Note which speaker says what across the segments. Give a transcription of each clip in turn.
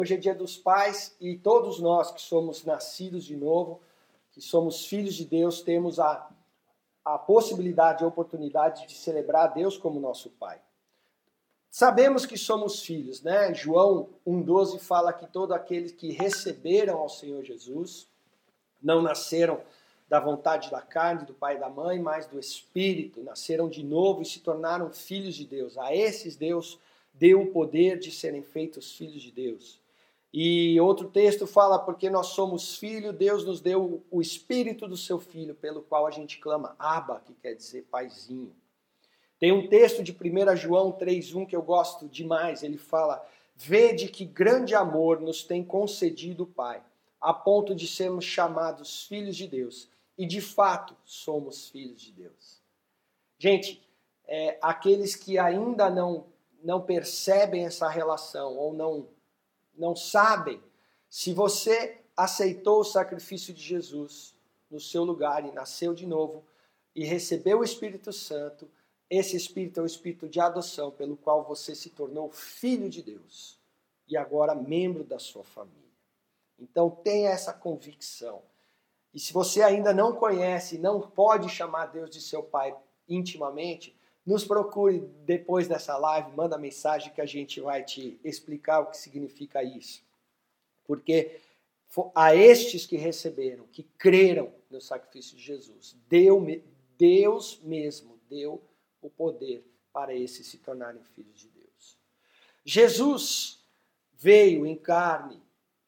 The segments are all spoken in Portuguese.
Speaker 1: Hoje é Dia dos Pais e todos nós que somos nascidos de novo, que somos filhos de Deus, temos a possibilidade, a oportunidade de celebrar a Deus como nosso Pai. Sabemos que somos filhos, né? João 1,12 fala que todos aqueles que receberam ao Senhor Jesus não nasceram da vontade da carne, do pai e da mãe, mas do Espírito, nasceram de novo e se tornaram filhos de Deus. A esses Deus deu o poder de serem feitos filhos de Deus. E outro texto fala, porque nós somos filhos, Deus nos deu o Espírito do seu Filho, pelo qual a gente clama Abba, que quer dizer paizinho. Tem um texto de 1 João 3,1 que eu gosto demais, ele fala, vede que grande amor nos tem concedido o Pai, a ponto de sermos chamados filhos de Deus. E de fato somos filhos de Deus. Gente, aqueles que ainda não percebem essa relação ou não sabem, se você aceitou o sacrifício de Jesus no seu lugar e nasceu de novo e recebeu o Espírito Santo, esse Espírito é o Espírito de adoção pelo qual você se tornou filho de Deus e agora membro da sua família. Então tenha essa convicção. E se você ainda não conhece, não pode chamar Deus de seu Pai intimamente, nos procure depois dessa live, manda mensagem que a gente vai te explicar o que significa isso. Porque a estes que receberam, que creram no sacrifício de Jesus, Deus mesmo deu o poder para esses se tornarem filhos de Deus. Jesus veio em carne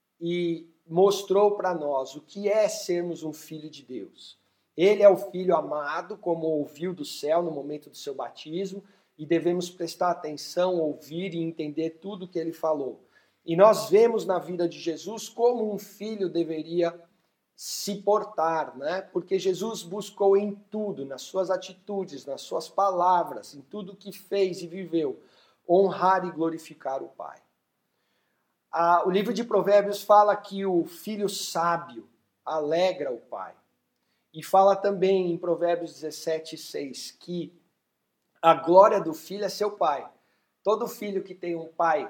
Speaker 1: e mostrou para nós o que é sermos um filho de Deus. Ele é o Filho amado, como ouviu do céu no momento do seu batismo, e devemos prestar atenção, ouvir e entender tudo o que ele falou. E nós vemos na vida de Jesus como um filho deveria se portar, né? Porque Jesus buscou em tudo, nas suas atitudes, nas suas palavras, em tudo que fez e viveu, honrar e glorificar o Pai. O livro de Provérbios fala que o filho sábio alegra o pai. E fala também em Provérbios 17:6 que a glória do filho é seu pai. Todo filho que tem um pai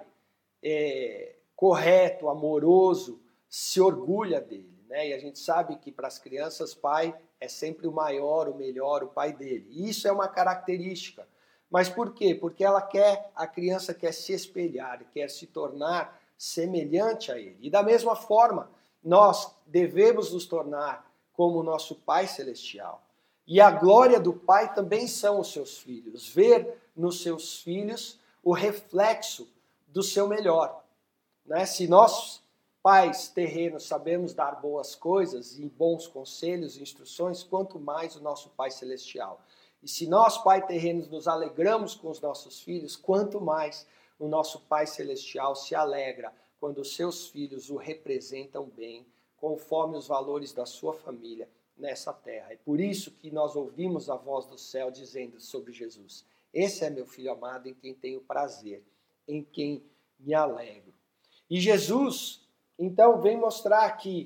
Speaker 1: correto, amoroso, se orgulha dele, né? E a gente sabe que para as crianças, pai é sempre o maior, o melhor, o pai dele. E isso é uma característica. Mas por quê? Porque a criança quer se espelhar, quer se tornar semelhante a ele. E da mesma forma, nós devemos nos tornar como o nosso Pai Celestial. E a glória do Pai também são os seus filhos. Ver nos seus filhos o reflexo do seu melhor. Né? Se nós, pais terrenos, sabemos dar boas coisas e bons conselhos e instruções, quanto mais o nosso Pai Celestial. E se nós, pais terrenos, nos alegramos com os nossos filhos, quanto mais o nosso Pai Celestial se alegra quando os seus filhos o representam bem, conforme os valores da sua família nessa terra. É por isso que nós ouvimos a voz do céu dizendo sobre Jesus, esse é meu filho amado em quem tenho prazer, em quem me alegro. E Jesus, então, vem mostrar que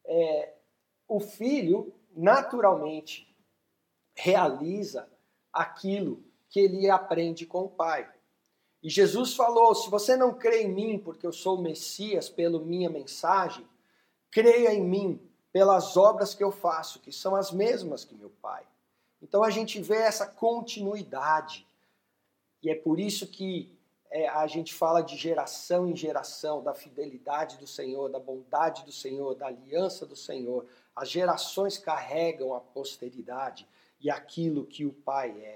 Speaker 1: o filho, naturalmente, realiza aquilo que ele aprende com o pai. E Jesus falou, se você não crê em mim porque eu sou o Messias, pela minha mensagem, creia em mim pelas obras que eu faço, que são as mesmas que meu Pai. Então a gente vê essa continuidade. E é por isso que a gente fala de geração em geração, da fidelidade do Senhor, da bondade do Senhor, da aliança do Senhor. As gerações carregam a posteridade e aquilo que o Pai é.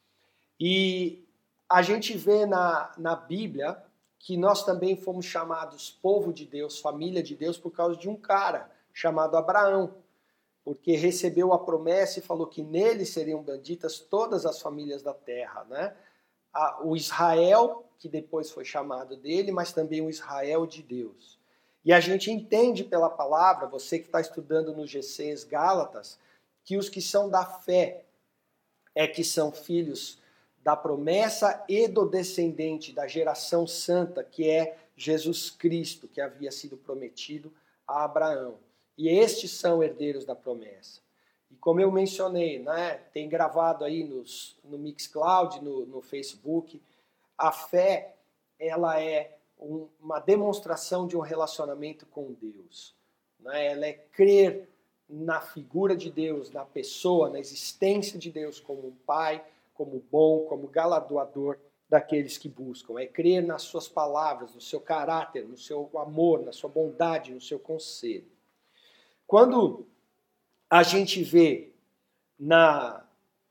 Speaker 1: E a gente vê na Bíblia que nós também fomos chamados povo de Deus, família de Deus, por causa de um cara chamado Abraão, porque recebeu a promessa e falou que nele seriam benditas todas as famílias da terra, né? O Israel, que depois foi chamado dele, mas também o Israel de Deus. E a gente entende pela palavra, você que está estudando no GCs Gálatas, que os que são da fé que são filhos da promessa e do descendente da geração santa, que é Jesus Cristo, que havia sido prometido a Abraão. E estes são herdeiros da promessa. E como eu mencionei, né, tem gravado aí no Mixcloud, no Facebook, a fé ela é uma demonstração de um relacionamento com Deus. Né? Ela é crer na figura de Deus, na pessoa, na existência de Deus como um pai, como bom, como galardoador daqueles que buscam. É crer nas suas palavras, no seu caráter, no seu amor, na sua bondade, no seu conselho. Quando a gente vê na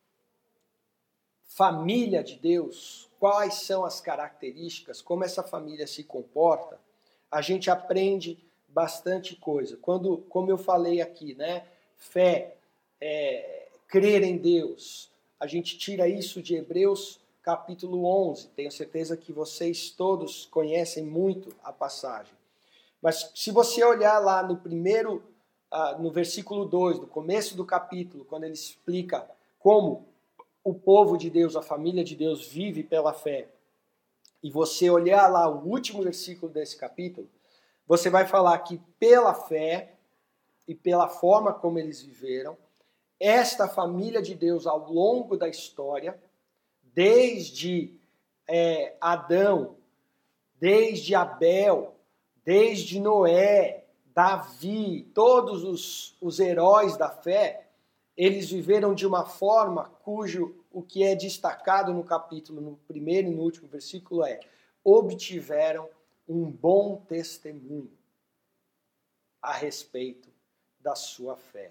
Speaker 1: família de Deus quais são as características, como essa família se comporta, a gente aprende bastante coisa. Como eu falei aqui, né? Fé, crer em Deus. A gente tira isso de Hebreus capítulo 11. Tenho certeza que vocês todos conhecem muito a passagem. Mas se você olhar lá no versículo 2, no começo do capítulo, quando ele explica como o povo de Deus, a família de Deus vive pela fé, e você olhar lá o último versículo desse capítulo, você vai falar que pela fé e pela forma como eles viveram, esta família de Deus ao longo da história, desde Adão, desde Abel, desde Noé, Davi, todos os heróis da fé, eles viveram de uma forma o que é destacado no capítulo, no primeiro e no último versículo obtiveram um bom testemunho a respeito da sua fé.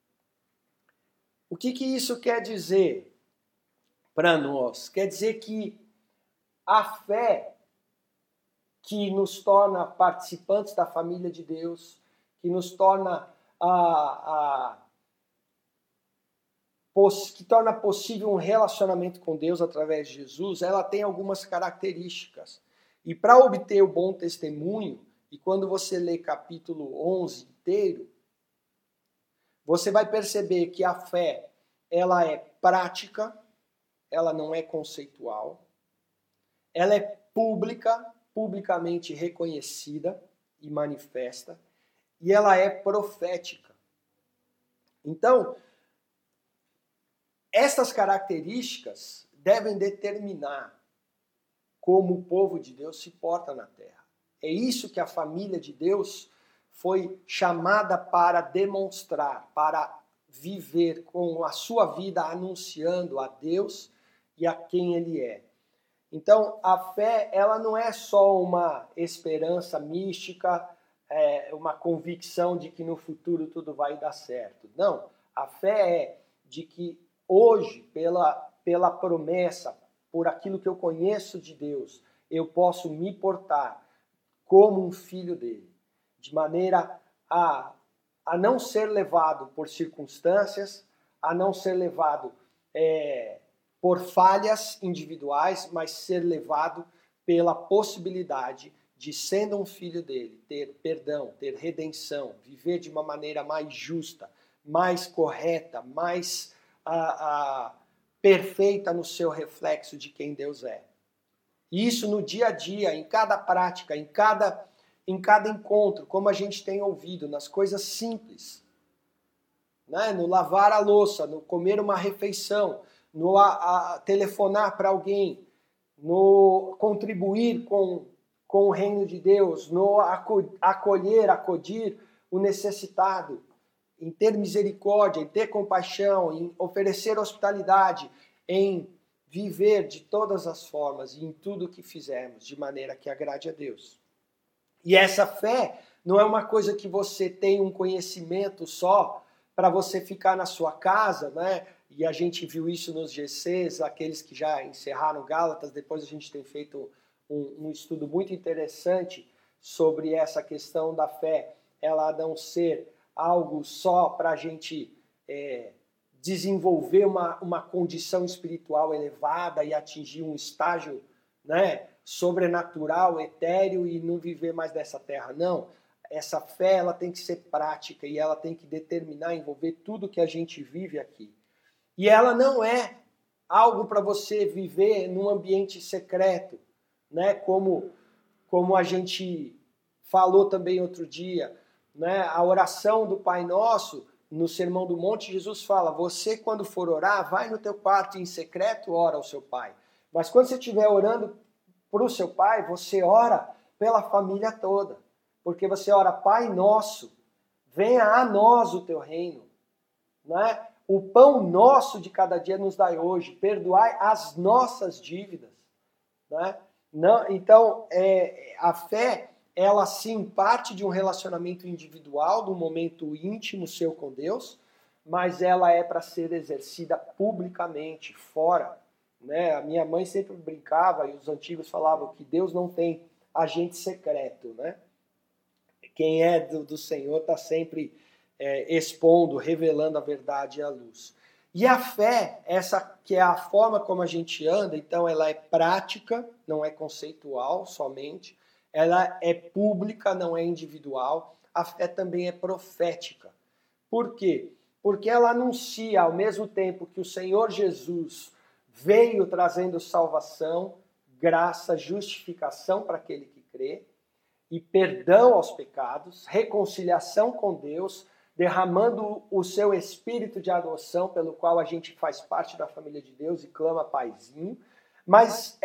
Speaker 1: O que isso quer dizer para nós? Quer dizer que a fé que nos torna participantes da família de Deus, que nos torna que torna possível um relacionamento com Deus através de Jesus, ela tem algumas características. E para obter o bom testemunho, e quando você lê capítulo 11 inteiro, você vai perceber que a fé, ela é prática, ela não é conceitual, ela é publicamente reconhecida e manifesta, e ela é profética. Então, estas características devem determinar como o povo de Deus se porta na terra. É isso que a família de Deus foi chamada para demonstrar, para viver com a sua vida anunciando a Deus e a quem Ele é. Então, a fé, ela não é só uma esperança mística, uma convicção de que no futuro tudo vai dar certo. Não, a fé é de que hoje, pela promessa, por aquilo que eu conheço de Deus, eu posso me portar como um filho dele, de maneira a não ser levado por circunstâncias, a não ser levado por falhas individuais, mas ser levado pela possibilidade de, sendo um filho dele, ter perdão, ter redenção, viver de uma maneira mais justa, mais correta, mais perfeita no seu reflexo de quem Deus é. E isso no dia a dia, em cada prática, em cada encontro, como a gente tem ouvido, nas coisas simples, né? No lavar a louça, no comer uma refeição, no telefonar para alguém, no contribuir com o reino de Deus, no acudir o necessitado, em ter misericórdia, em ter compaixão, em oferecer hospitalidade, em viver de todas as formas e em tudo que fizermos, de maneira que agrade a Deus. E essa fé não é uma coisa que você tem um conhecimento só para você ficar na sua casa, né? E a gente viu isso nos GCs, aqueles que já encerraram Gálatas, depois a gente tem feito um estudo muito interessante sobre essa questão da fé, ela não ser algo só para a gente desenvolver uma condição espiritual elevada e atingir um estágio, né, sobrenatural, etéreo e não viver mais dessa terra. Não, essa fé ela tem que ser prática e ela tem que determinar, envolver tudo que a gente vive aqui. E ela não é algo para você viver num ambiente secreto, né, como a gente falou também outro dia, né, a oração do Pai Nosso, no Sermão do Monte, Jesus fala, você quando for orar, vai no teu quarto em secreto, ora ao seu Pai. Mas quando você estiver orando para o seu Pai, você ora pela família toda. Porque você ora, Pai nosso, venha a nós o teu reino. Né? O pão nosso de cada dia nos dai hoje, perdoai as nossas dívidas. Né? Não, então, a fé, ela sim parte de um relacionamento individual, de um momento íntimo seu com Deus, mas ela é para ser exercida publicamente, fora. Né? A minha mãe sempre brincava, e os antigos falavam que Deus não tem agente secreto. Né? Quem é do Senhor está sempre expondo, revelando a verdade e a luz. E a fé, essa que é a forma como a gente anda, então ela é prática, não é conceitual somente, ela é pública, não é individual. A fé também é profética. Por quê? Porque ela anuncia, ao mesmo tempo que o Senhor Jesus veio trazendo salvação, graça, justificação para aquele que crê, e perdão aos pecados, reconciliação com Deus, derramando o seu espírito de adoção, pelo qual a gente faz parte da família de Deus e clama Paizinho. Mas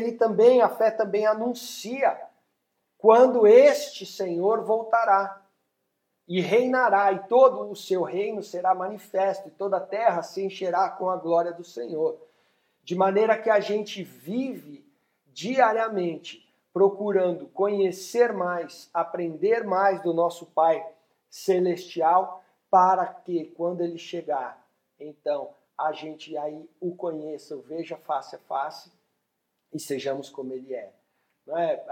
Speaker 1: a fé também anuncia quando este Senhor voltará e reinará, e todo o seu reino será manifesto, e toda a terra se encherá com a glória do Senhor. De maneira que a gente vive diariamente procurando conhecer mais, aprender mais do nosso Pai Celestial, para que quando Ele chegar, então a gente aí o conheça, o veja face a face e sejamos como Ele é. Não é?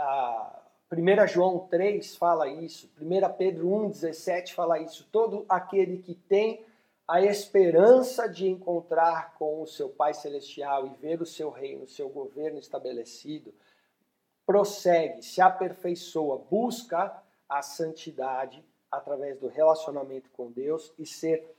Speaker 1: 1 João 3 fala isso, 1 Pedro 1,17 fala isso. Todo aquele que tem a esperança de encontrar com o seu Pai Celestial e ver o seu reino, o seu governo estabelecido, prossegue, se aperfeiçoa, busca a santidade através do relacionamento com Deus e ser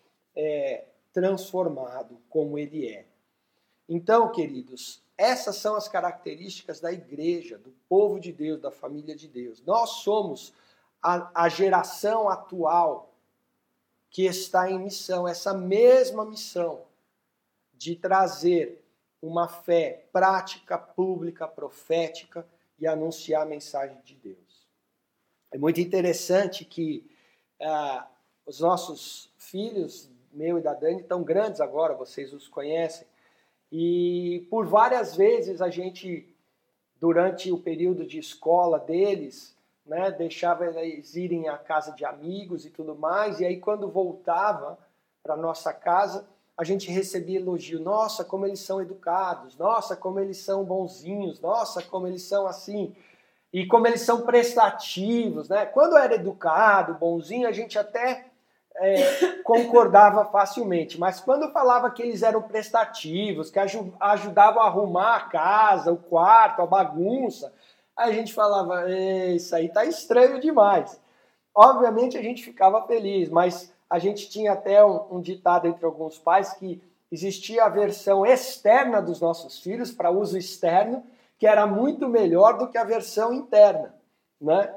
Speaker 1: transformado como Ele é. Então, queridos, essas são as características da igreja, do povo de Deus, da família de Deus. Nós somos a geração atual que está em missão, essa mesma missão de trazer uma fé prática, pública, profética e anunciar a mensagem de Deus. É muito interessante que os nossos filhos, meu e da Dani, estão grandes agora, vocês os conhecem, e por várias vezes a gente, durante o período de escola deles, né, deixava eles irem à casa de amigos e tudo mais, e aí quando voltava para nossa casa, a gente recebia elogio. Nossa, como eles são educados, nossa, como eles são bonzinhos, nossa, como eles são assim, e como eles são prestativos, né? Quando era educado, bonzinho, a gente até concordava facilmente, mas quando falava que eles eram prestativos, que ajudavam a arrumar a casa, o quarto, a bagunça, a gente falava, isso aí tá estranho demais. Obviamente a gente ficava feliz, mas a gente tinha até um ditado entre alguns pais que existia a versão externa dos nossos filhos, para uso externo, que era muito melhor do que a versão interna, né?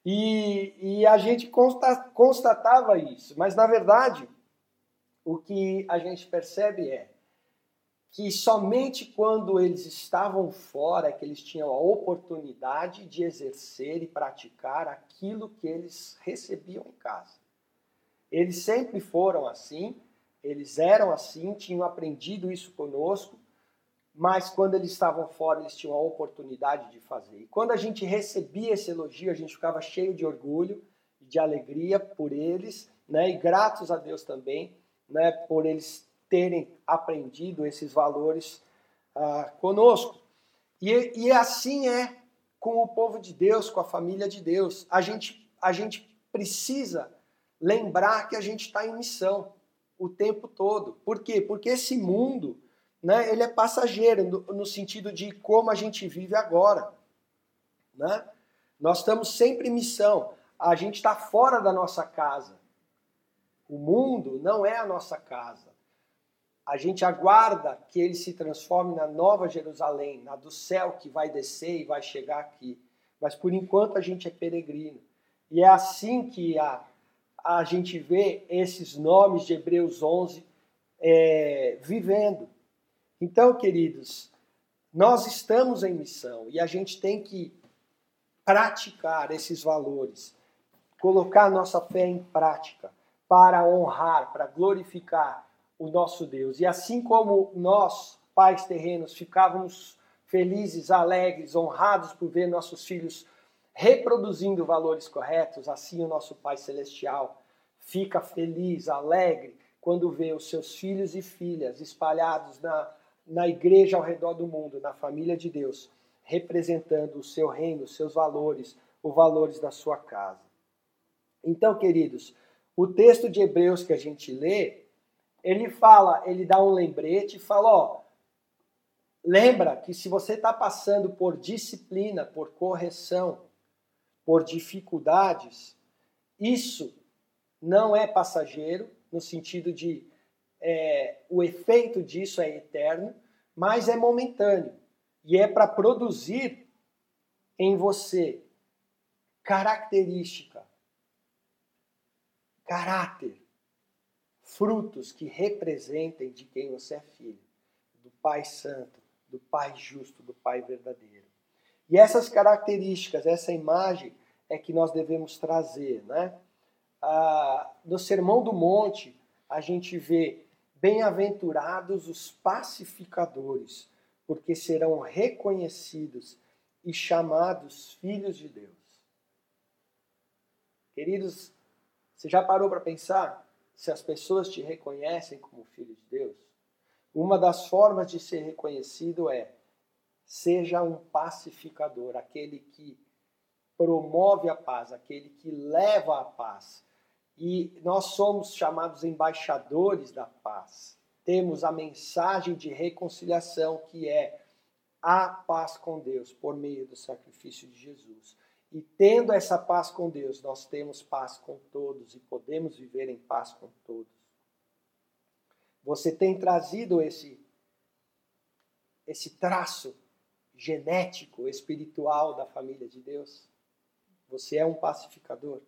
Speaker 1: E a gente constatava isso, mas na verdade o que a gente percebe é que somente quando eles estavam fora é que eles tinham a oportunidade de exercer e praticar aquilo que eles recebiam em casa. Eles sempre foram assim, eles eram assim, tinham aprendido isso conosco, mas quando eles estavam fora, eles tinham a oportunidade de fazer. E quando a gente recebia esse elogio, a gente ficava cheio de orgulho e de alegria por eles, né? E gratos a Deus também, né? Por eles terem aprendido esses valores conosco. E assim é com o povo de Deus, com a família de Deus. A gente precisa lembrar que a gente está em missão o tempo todo. Por quê? Porque esse mundo, né, ele é passageiro no sentido de como a gente vive agora. Né? Nós estamos sempre em missão. A gente está fora da nossa casa. O mundo não é a nossa casa. A gente aguarda que ele se transforme na nova Jerusalém, na do céu que vai descer e vai chegar aqui. Mas por enquanto a gente é peregrino. E é assim que a gente vê esses nomes de Hebreus 11 vivendo. Então, queridos, nós estamos em missão e a gente tem que praticar esses valores, colocar nossa fé em prática para honrar, para glorificar o nosso Deus. E assim como nós, pais terrenos, ficávamos felizes, alegres, honrados por ver nossos filhos reproduzindo valores corretos, assim o nosso Pai Celestial fica feliz, alegre, quando vê os seus filhos e filhas espalhados na igreja ao redor do mundo, na família de Deus, representando o seu reino, os seus valores, os valores da sua casa. Então, queridos, o texto de Hebreus que a gente lê, ele dá um lembrete e fala, ó, lembra que se você está passando por disciplina, por correção, por dificuldades, isso não é passageiro, no sentido de o efeito disso é eterno, mas é momentâneo. E é para produzir em você característica, caráter, frutos que representem de quem você é filho, do Pai Santo, do Pai justo, do Pai verdadeiro. E essas características, essa imagem é que nós devemos trazer, né? No Sermão do Monte, a gente vê bem-aventurados os pacificadores, porque serão reconhecidos e chamados filhos de Deus. Queridos, você já parou para pensar se as pessoas te reconhecem como filho de Deus? Uma das formas de ser reconhecido seja um pacificador, aquele que promove a paz, aquele que leva a paz. E nós somos chamados embaixadores da paz. Temos a mensagem de reconciliação, que é a paz com Deus, por meio do sacrifício de Jesus. E tendo essa paz com Deus, nós temos paz com todos e podemos viver em paz com todos. Você tem trazido esse traço genético, espiritual da família de Deus? Você é um pacificador?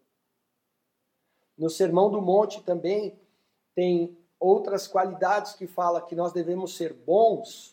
Speaker 1: No Sermão do Monte também tem outras qualidades que fala que nós devemos ser bons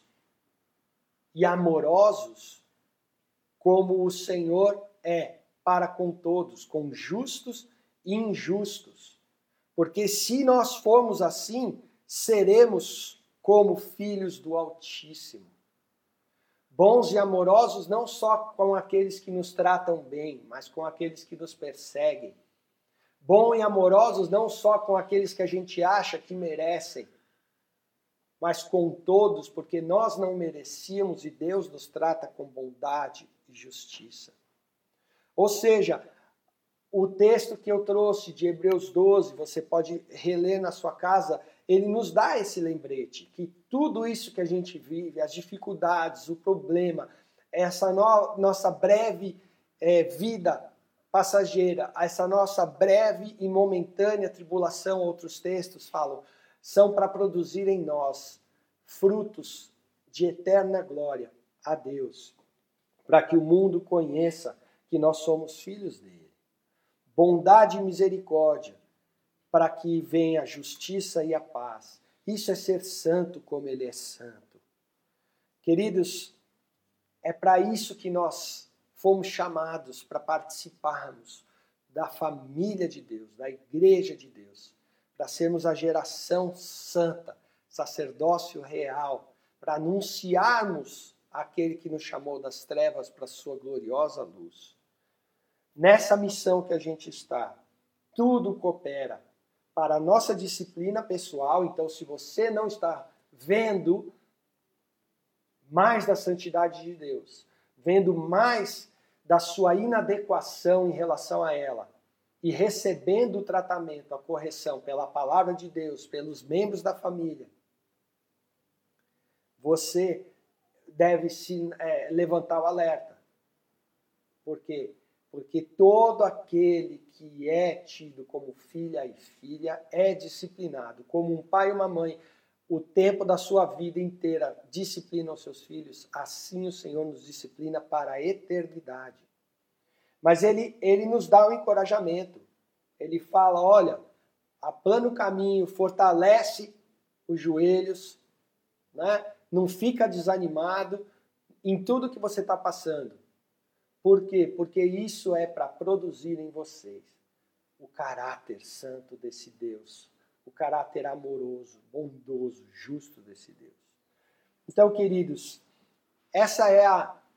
Speaker 1: e amorosos, como o Senhor é para com todos, com justos e injustos. Porque se nós formos assim, seremos como filhos do Altíssimo. Bons e amorosos não só com aqueles que nos tratam bem, mas com aqueles que nos perseguem. Bons e amorosos não só com aqueles que a gente acha que merecem, mas com todos, porque nós não merecíamos e Deus nos trata com bondade e justiça. Ou seja, o texto que eu trouxe de Hebreus 12, você pode reler na sua casa, ele nos dá esse lembrete, que tudo isso que a gente vive, as dificuldades, o problema, essa nossa breve vida passageira, essa nossa breve e momentânea tribulação, outros textos falam, são para produzir em nós frutos de eterna glória a Deus, para que o mundo conheça que nós somos filhos dele. Bondade e misericórdia, para que venha a justiça e a paz. Isso é ser santo como ele é santo. Queridos, é para isso que nós fomos chamados, para participarmos da família de Deus, da igreja de Deus, para sermos a geração santa, sacerdócio real, para anunciarmos aquele que nos chamou das trevas para a sua gloriosa luz. Nessa missão que a gente está, tudo coopera para a nossa disciplina pessoal. Então, se você não está vendo mais da santidade de Deus, vendo mais da sua inadequação em relação a ela, e recebendo o tratamento, a correção pela palavra de Deus, pelos membros da família, você deve se levantar o alerta. Por quê? Porque todo aquele que é tido como filha e filha é disciplinado. Como um pai e uma mãe, o tempo da sua vida inteira disciplina os seus filhos, assim o Senhor nos disciplina para a eternidade. Mas ele nos dá um encorajamento. Ele fala, olha, aplana o caminho, fortalece os joelhos, né? Não fica desanimado em tudo que você está passando. Por quê? Porque isso é para produzir em vocês o caráter santo desse Deus, o caráter amoroso, bondoso, justo desse Deus. Então, queridos, essa é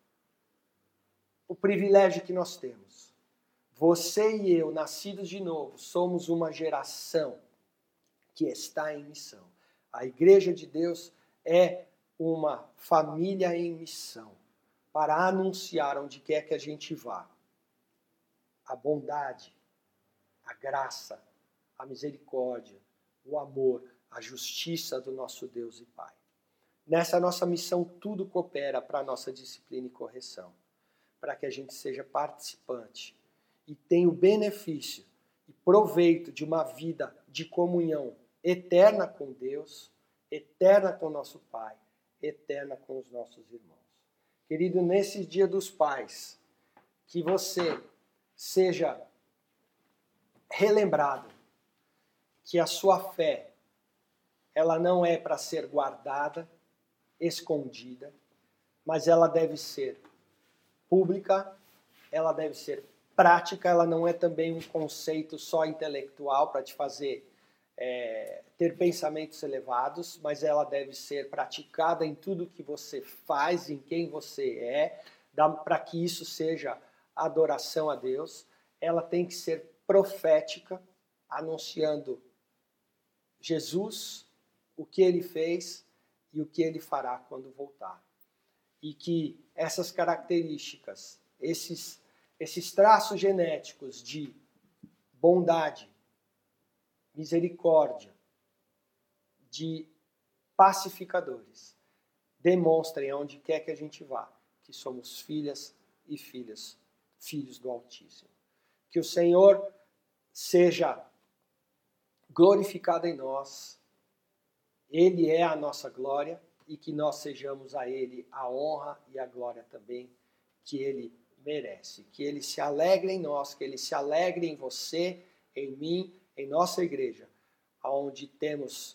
Speaker 1: o privilégio que nós temos. Você e eu, nascidos de novo, somos uma geração que está em missão. A Igreja de Deus é uma família em missão para anunciar onde quer que a gente vá a bondade, a graça, a misericórdia, o amor, a justiça do nosso Deus e Pai. Nessa nossa missão, tudo coopera para a nossa disciplina e correção, para que a gente seja participante e tenha o benefício e proveito de uma vida de comunhão eterna com Deus, eterna com nosso Pai, eterna com os nossos irmãos. Querido, nesse Dia dos Pais, que você seja relembrado que a sua fé, ela não é para ser guardada, escondida, mas ela deve ser pública, ela deve ser prática, ela não é também um conceito só intelectual para te fazer ter pensamentos elevados, mas ela deve ser praticada em tudo que você faz, em quem você é, para que isso seja adoração a Deus. Ela tem que ser profética, anunciando Jesus, o que ele fez e o que ele fará quando voltar. E que essas características, esses traços genéticos de bondade, misericórdia, de pacificadores, demonstrem aonde quer que a gente vá que somos filhas e filhos do Altíssimo. Que o Senhor seja glorificado em nós, Ele é a nossa glória, e que nós sejamos a Ele a honra e a glória também que Ele merece. Que Ele se alegre em nós, que Ele se alegre em você, em mim, em nossa igreja, onde temos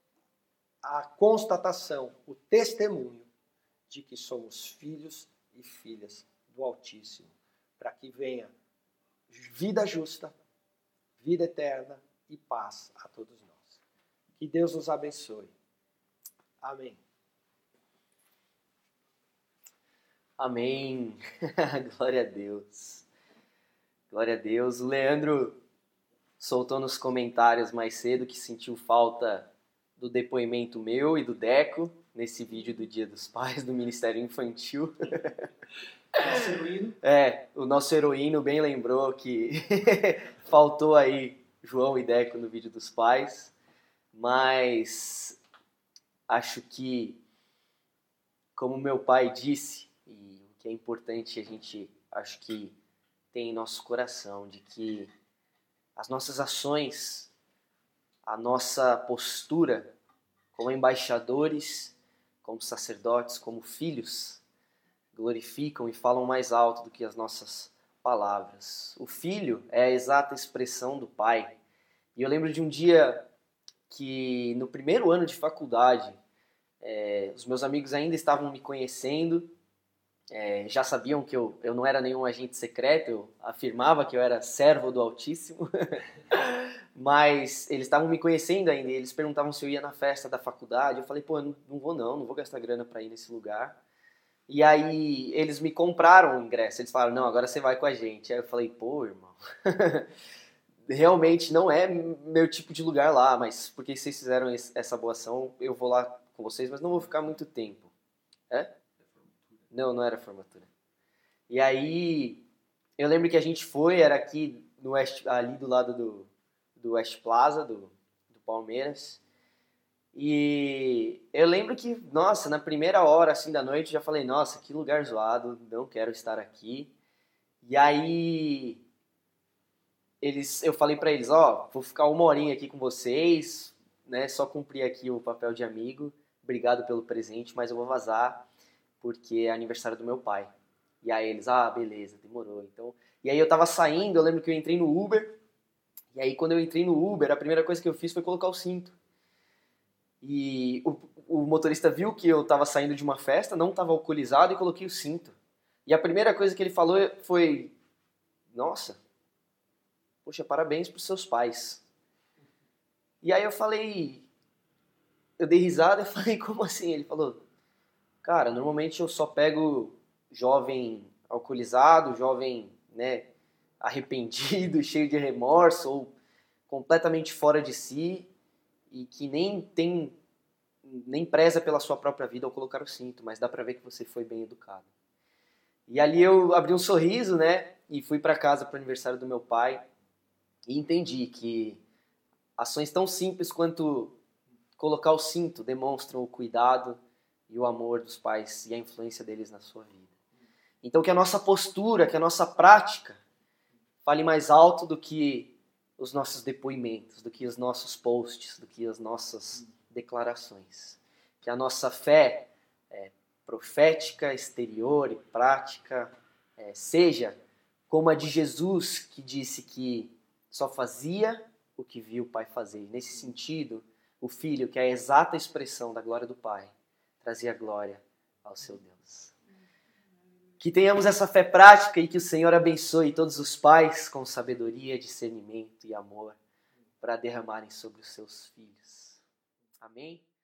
Speaker 1: a constatação, o testemunho de que somos filhos e filhas do Altíssimo, para que venha vida justa, vida eterna e paz a todos nós. Que Deus nos abençoe. Amém.
Speaker 2: Amém. Glória a Deus. Glória a Deus. O Leandro soltou nos comentários mais cedo que sentiu falta do depoimento meu e do Deco nesse vídeo do Dia dos Pais do Ministério Infantil.
Speaker 1: Nosso heroíno.
Speaker 2: O nosso heroíno bem lembrou que faltou aí João e Deco no vídeo dos pais, mas acho que, como meu pai disse, e o que é importante a gente, acho que tem em nosso coração, de que as nossas ações, a nossa postura como embaixadores, como sacerdotes, como filhos, glorificam e falam mais alto do que as nossas palavras. O filho é a exata expressão do pai. E eu lembro de um dia que, no primeiro ano de faculdade, os meus amigos ainda estavam me conhecendo, já sabiam que eu não era nenhum agente secreto, eu afirmava que eu era servo do Altíssimo, mas eles estavam me conhecendo ainda, e eles perguntavam se eu ia na festa da faculdade. Eu falei, pô, eu não vou gastar grana para ir nesse lugar. E aí eles me compraram o ingresso, eles falaram, não, agora você vai com a gente. Aí eu falei, pô, irmão, realmente não é meu tipo de lugar lá, mas porque vocês fizeram essa boa ação, eu vou lá com vocês, mas não vou ficar muito tempo. Não era formatura. E aí, eu lembro que a gente foi, era aqui no West, ali do lado do West Plaza, do Palmeiras. E eu lembro que, nossa, na primeira hora assim da noite, eu já falei, nossa, que lugar zoado, não quero estar aqui. E aí, eu falei pra eles, vou ficar uma horinha aqui com vocês, né, só cumprir aqui o papel de amigo, obrigado pelo presente, mas eu vou vazar, porque é aniversário do meu pai. E aí eles, beleza, demorou. Então, e aí eu tava saindo, eu lembro que eu entrei no Uber, e aí quando eu entrei no Uber, a primeira coisa que eu fiz foi colocar o cinto. E o motorista viu que eu tava saindo de uma festa, não tava alcoolizado, e coloquei o cinto. E a primeira coisa que ele falou foi: nossa, poxa, parabéns para os seus pais. E aí eu dei risada e falei: como assim? Ele falou: cara, normalmente eu só pego jovem alcoolizado, jovem, né, arrependido, cheio de remorso ou completamente fora de si e que nem preza pela sua própria vida ao colocar o cinto, mas dá pra ver que você foi bem educado. E ali eu abri um sorriso, né, e fui pra casa pro aniversário do meu pai e entendi que ações tão simples quanto colocar o cinto demonstram o cuidado e o amor dos pais e a influência deles na sua vida. Então que a nossa postura, que a nossa prática fale mais alto do que os nossos depoimentos, do que os nossos posts, do que as nossas declarações. Que a nossa fé profética, exterior e prática seja como a de Jesus, que disse que só fazia o que viu o Pai fazer. E nesse sentido, o Filho, que é a exata expressão da glória do Pai, trazia glória ao seu Deus. Que tenhamos essa fé prática e que o Senhor abençoe todos os pais com sabedoria, discernimento e amor para derramarem sobre os seus filhos. Amém?